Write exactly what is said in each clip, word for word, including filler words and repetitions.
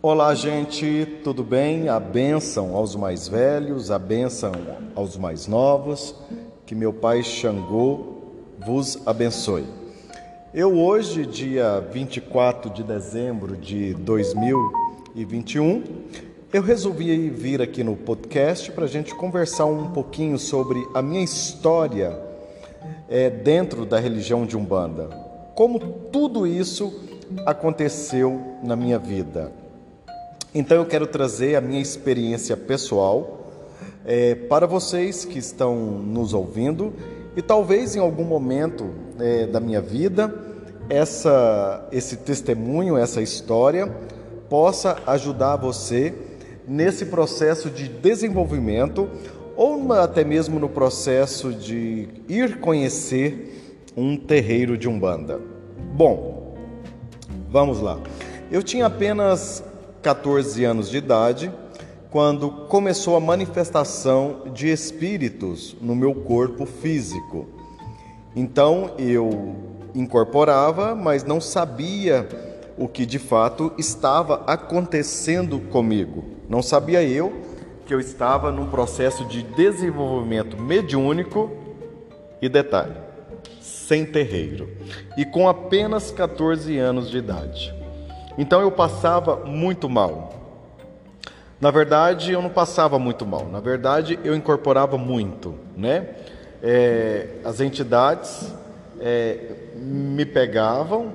Olá, gente, tudo bem? A bênção aos mais velhos, a bênção aos mais novos, que meu Pai Xangô vos abençoe. Eu hoje, dia vinte e quatro de dezembro de dois mil e vinte e um, eu resolvi vir aqui no podcast para a gente conversar um pouquinho sobre a minha história é, dentro da religião de Umbanda. Como tudo isso aconteceu na minha vida. Então eu quero trazer a minha experiência pessoal é, para vocês que estão nos ouvindo e talvez em algum momento é, da minha vida essa, esse testemunho, essa história possa ajudar você nesse processo de desenvolvimento ou até mesmo no processo de ir conhecer um terreiro de Umbanda. Bom, vamos lá. Eu tinha apenas catorze anos de idade, quando começou a manifestação de espíritos no meu corpo físico. Então eu incorporava, mas não sabia o que de fato estava acontecendo comigo. Não sabia eu que eu estava num processo de desenvolvimento mediúnico e detalhe, sem terreiro, e com apenas catorze anos de idade. Então eu passava muito mal. Na verdade, eu não passava muito mal. Na verdade, eu incorporava muito, né? É, as entidades é, me pegavam,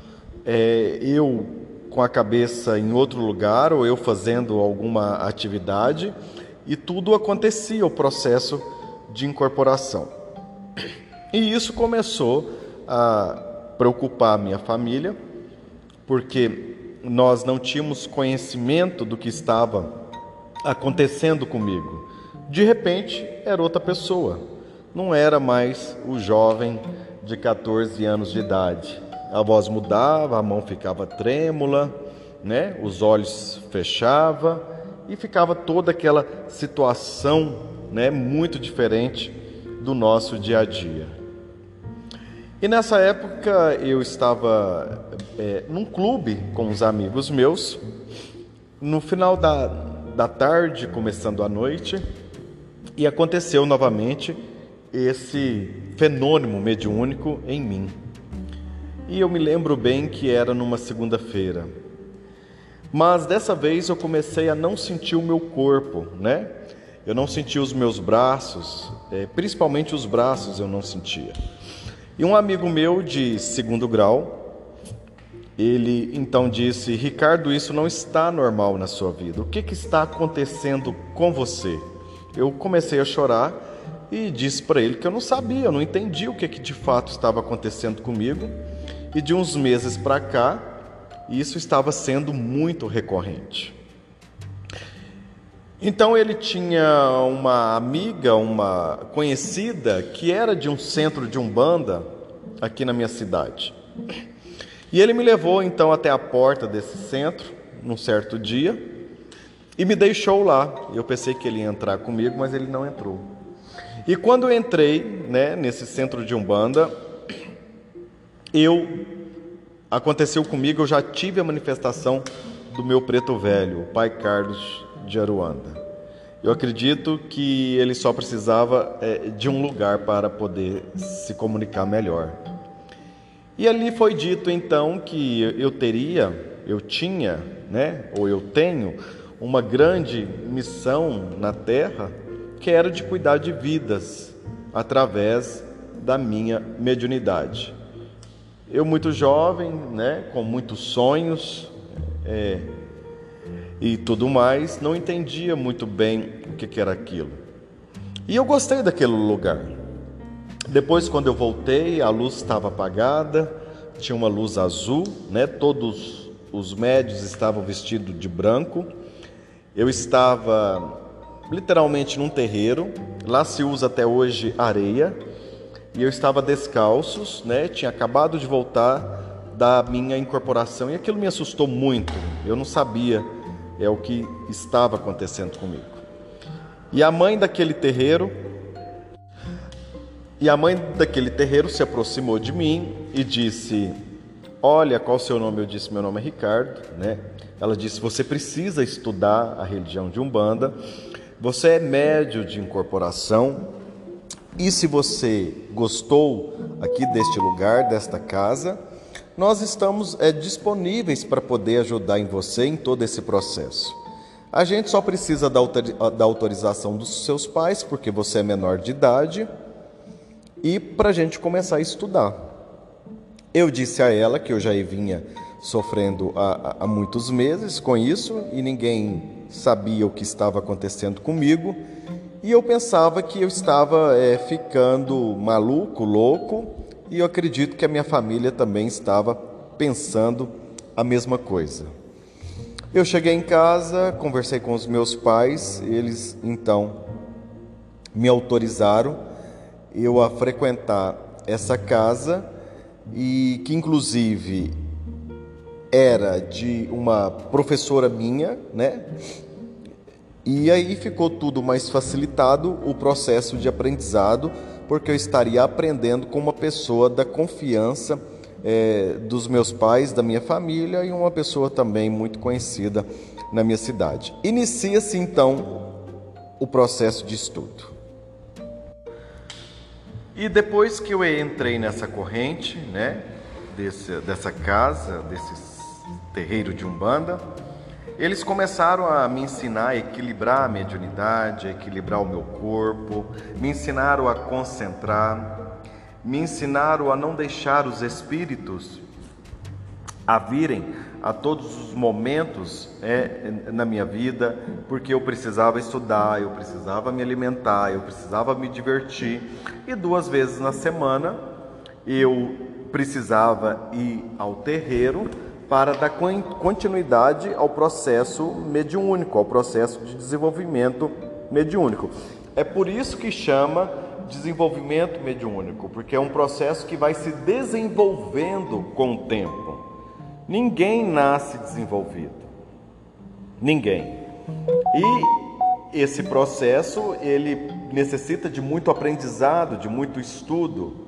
é, eu com a cabeça em outro lugar, ou eu fazendo alguma atividade, e tudo acontecia, o processo de incorporação. E isso começou a preocupar a minha família, porque nós não tínhamos conhecimento do que estava acontecendo comigo. De repente, era outra pessoa. Não era mais o jovem de catorze anos de idade. A voz mudava, a mão ficava trêmula, né? Os olhos fechavam e ficava toda aquela situação, né, muito diferente do nosso dia a dia. E nessa época eu estava é, num clube com uns amigos meus, no final da, da tarde, começando a noite, e aconteceu novamente esse fenômeno mediúnico em mim. E eu me lembro bem que era numa segunda-feira, mas dessa vez eu comecei a não sentir o meu corpo, né? Eu não sentia os meus braços, é, principalmente os braços eu não sentia. E um amigo meu de segundo grau, ele então disse: Ricardo, isso não está normal na sua vida. O que, que está acontecendo com você? Eu comecei a chorar e disse para ele que eu não sabia, eu não entendi o que, que de fato estava acontecendo comigo. E de uns meses para cá, isso estava sendo muito recorrente. Então ele tinha uma amiga, uma conhecida, que era de um centro de Umbanda aqui na minha cidade. E ele me levou então até a porta desse centro, num certo dia, e me deixou lá. Eu pensei que ele ia entrar comigo, mas ele não entrou. E quando eu entrei, né, nesse centro de Umbanda, eu, aconteceu comigo, eu já tive a manifestação do meu preto velho, o Pai Carlos de Aruanda. Eu acredito que ele só precisava é, de um lugar para poder se comunicar melhor. E ali foi dito então que eu teria, eu tinha, né, ou eu tenho, uma grande missão na Terra, que era de cuidar de vidas através da minha mediunidade. Eu muito jovem, né, com muitos sonhos, é, e tudo mais, não entendia muito bem o que, que era aquilo. E eu gostei daquele lugar. Depois, quando eu voltei, a luz estava apagada, tinha uma luz azul, né? Todos os médios estavam vestidos de branco. Eu estava literalmente num terreiro, lá se usa até hoje areia, e eu estava descalços, né? Tinha acabado de voltar da minha incorporação e aquilo me assustou muito. Eu não sabia é o que estava acontecendo comigo. E a mãe daquele terreiro, e a mãe daquele terreiro se aproximou de mim e disse: olha, qual o seu nome? Eu disse, meu nome é Ricardo, né? Ela disse, você precisa estudar a religião de Umbanda, você é médio de incorporação, e se você gostou aqui deste lugar, desta casa, nós estamos é, disponíveis para poder ajudar em você em todo esse processo. A gente só precisa da, da autorização dos seus pais, porque você é menor de idade, e para a gente começar a estudar. Eu disse a ela que eu já vinha sofrendo há, há muitos meses com isso, e ninguém sabia o que estava acontecendo comigo, e eu pensava que eu estava é, ficando maluco, louco, e eu acredito que a minha família também estava pensando a mesma coisa. Eu cheguei em casa, conversei com os meus pais, eles então me autorizaram eu a frequentar essa casa, e que inclusive era de uma professora minha, né? E aí ficou tudo mais facilitado, o processo de aprendizado, porque eu estaria aprendendo com uma pessoa da confiança é, dos meus pais, da minha família, e uma pessoa também muito conhecida na minha cidade. Inicia-se então o processo de estudo. E depois que eu entrei nessa corrente, né, desse, dessa casa, desse terreiro de Umbanda, eles começaram a me ensinar a equilibrar a mediunidade, a equilibrar o meu corpo, me ensinaram a concentrar, me ensinaram a não deixar os espíritos a virem a todos os momentos é, na minha vida, porque eu precisava estudar, eu precisava me alimentar, eu precisava me divertir, e duas vezes na semana eu precisava ir ao terreiro para dar continuidade ao processo mediúnico, ao processo de desenvolvimento mediúnico. É por isso que chama desenvolvimento mediúnico, porque é um processo que vai se desenvolvendo com o tempo. Ninguém nasce desenvolvido, ninguém. E esse processo, ele necessita de muito aprendizado, de muito estudo,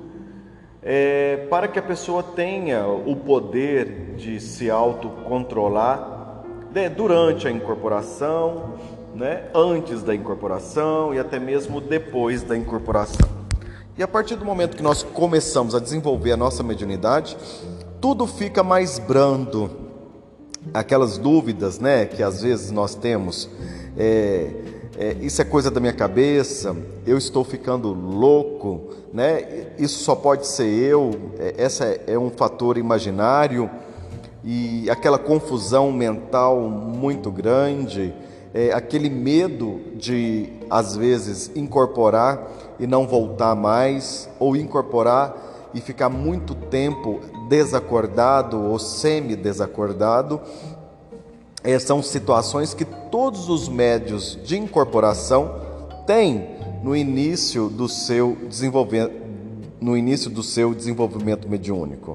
É, para que a pessoa tenha o poder de se autocontrolar, né, durante a incorporação, né, antes da incorporação e até mesmo depois da incorporação. E a partir do momento que nós começamos a desenvolver a nossa mediunidade, tudo fica mais brando. Aquelas dúvidas, né, que às vezes nós temos, é, é, isso é coisa da minha cabeça, eu estou ficando louco, né? Isso só pode ser eu, essa é um fator imaginário, e aquela confusão mental muito grande, é, aquele medo de às vezes incorporar e não voltar mais, ou incorporar e ficar muito tempo desacordado ou semi-desacordado. É, são situações que todos os médios de incorporação têm no início do seu desenvolvimento, no início do seu desenvolvimento mediúnico.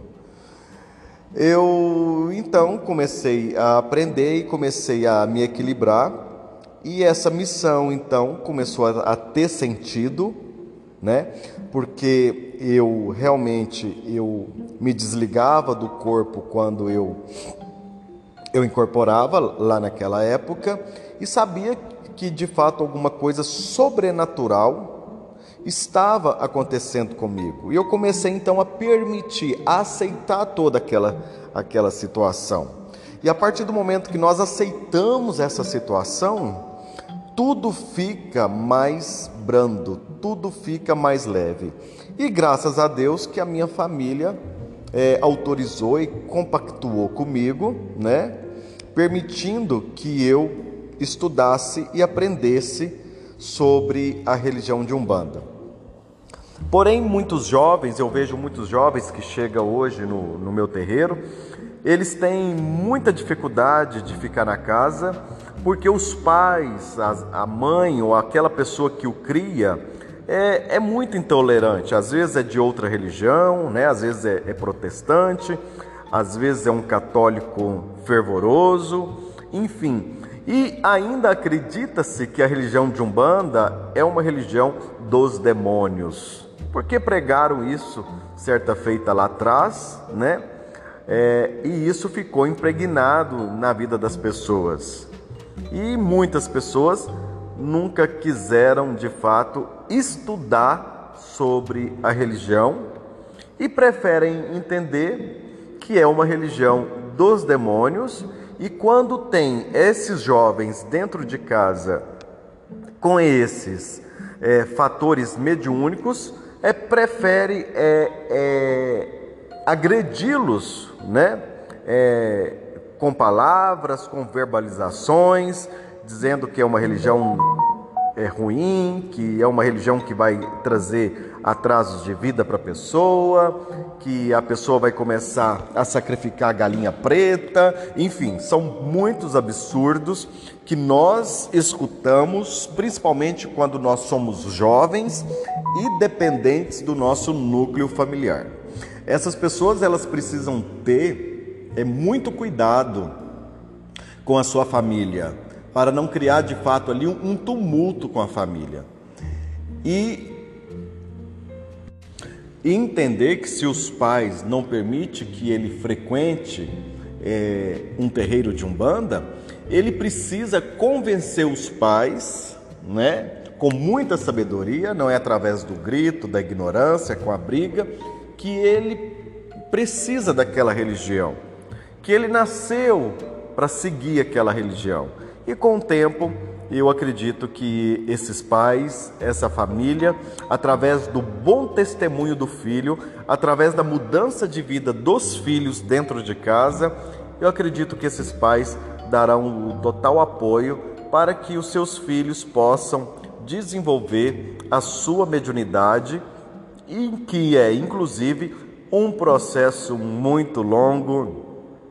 Eu então comecei a aprender e comecei a me equilibrar, e essa missão então começou a, a ter sentido, né? Porque eu realmente eu me desligava do corpo quando eu eu incorporava lá naquela época, e sabia que de fato alguma coisa sobrenatural estava acontecendo comigo. E eu comecei então a permitir, a aceitar toda aquela, aquela situação. E a partir do momento que nós aceitamos essa situação, tudo fica mais brando, tudo fica mais leve. E graças a Deus que a minha família é, autorizou e compactuou comigo, né, permitindo que eu estudasse e aprendesse sobre a religião de Umbanda. Porém, muitos jovens, eu vejo muitos jovens que chegam hoje no, no meu terreiro, eles têm muita dificuldade de ficar na casa, porque os pais, a, a mãe ou aquela pessoa que o cria é, é muito intolerante. Às vezes é de outra religião, né? Às vezes é, é protestante, às vezes é um católico fervoroso, enfim. E ainda acredita-se que a religião de Umbanda é uma religião dos demônios. Porque pregaram isso certa feita lá atrás, né? É, e isso ficou impregnado na vida das pessoas. E muitas pessoas nunca quiseram, de fato, estudar sobre a religião e preferem entender que é uma religião dos demônios. E quando tem esses jovens dentro de casa com esses é, fatores mediúnicos, é, prefere é, é, agredi-los, né? É, com palavras, com verbalizações, dizendo que é uma religião é, ruim, que é uma religião que vai trazer atrasos de vida para a pessoa, que a pessoa vai começar a sacrificar a galinha preta, enfim, são muitos absurdos que nós escutamos, principalmente quando nós somos jovens e dependentes do nosso núcleo familiar. Essas pessoas, elas precisam ter é, muito cuidado com a sua família, para não criar de fato ali um, um tumulto com a família. E E entender que se os pais não permitem que ele frequente é, um terreiro de umbanda, ele precisa convencer os pais, né, com muita sabedoria, não é através do grito, da ignorância, com a briga, que ele precisa daquela religião, que ele nasceu para seguir aquela religião. E com o tempo, eu acredito que esses pais, essa família, através do bom testemunho do filho, através da mudança de vida dos filhos dentro de casa, eu acredito que esses pais darão o total apoio para que os seus filhos possam desenvolver a sua mediunidade, e que é inclusive um processo muito longo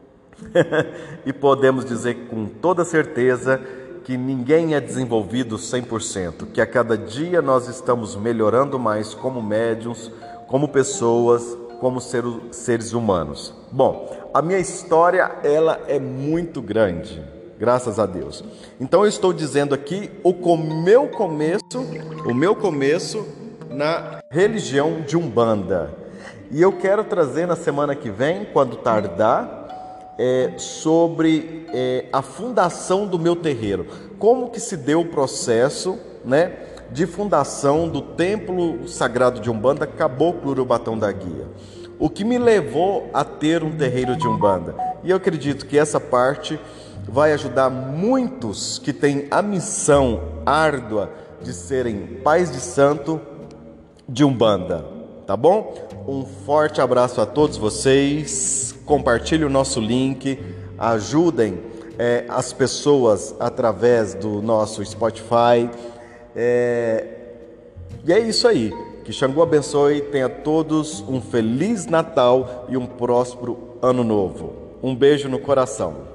e podemos dizer com toda certeza que ninguém é desenvolvido cem por cento, que a cada dia nós estamos melhorando mais como médiuns, como pessoas, como ser, seres humanos. Bom, a minha história, ela é muito grande, graças a Deus. Então eu estou dizendo aqui o meu começo, o meu começo na religião de Umbanda. E eu quero trazer na semana que vem, quando tardar, É, sobre é, a fundação do meu terreiro, como que se deu o processo, né, de fundação do Templo Sagrado de Umbanda Caboclo Urubatão da Guia, o que me levou a ter um terreiro de Umbanda. E eu acredito que essa parte vai ajudar muitos que têm a missão árdua de serem pais de santo de Umbanda, tá bom? Um forte abraço a todos vocês. Compartilhe o nosso link, ajudem é, as pessoas através do nosso Spotify. É, e é isso aí. Que Xangô abençoe, tenha todos um Feliz Natal e um próspero Ano Novo. Um beijo no coração.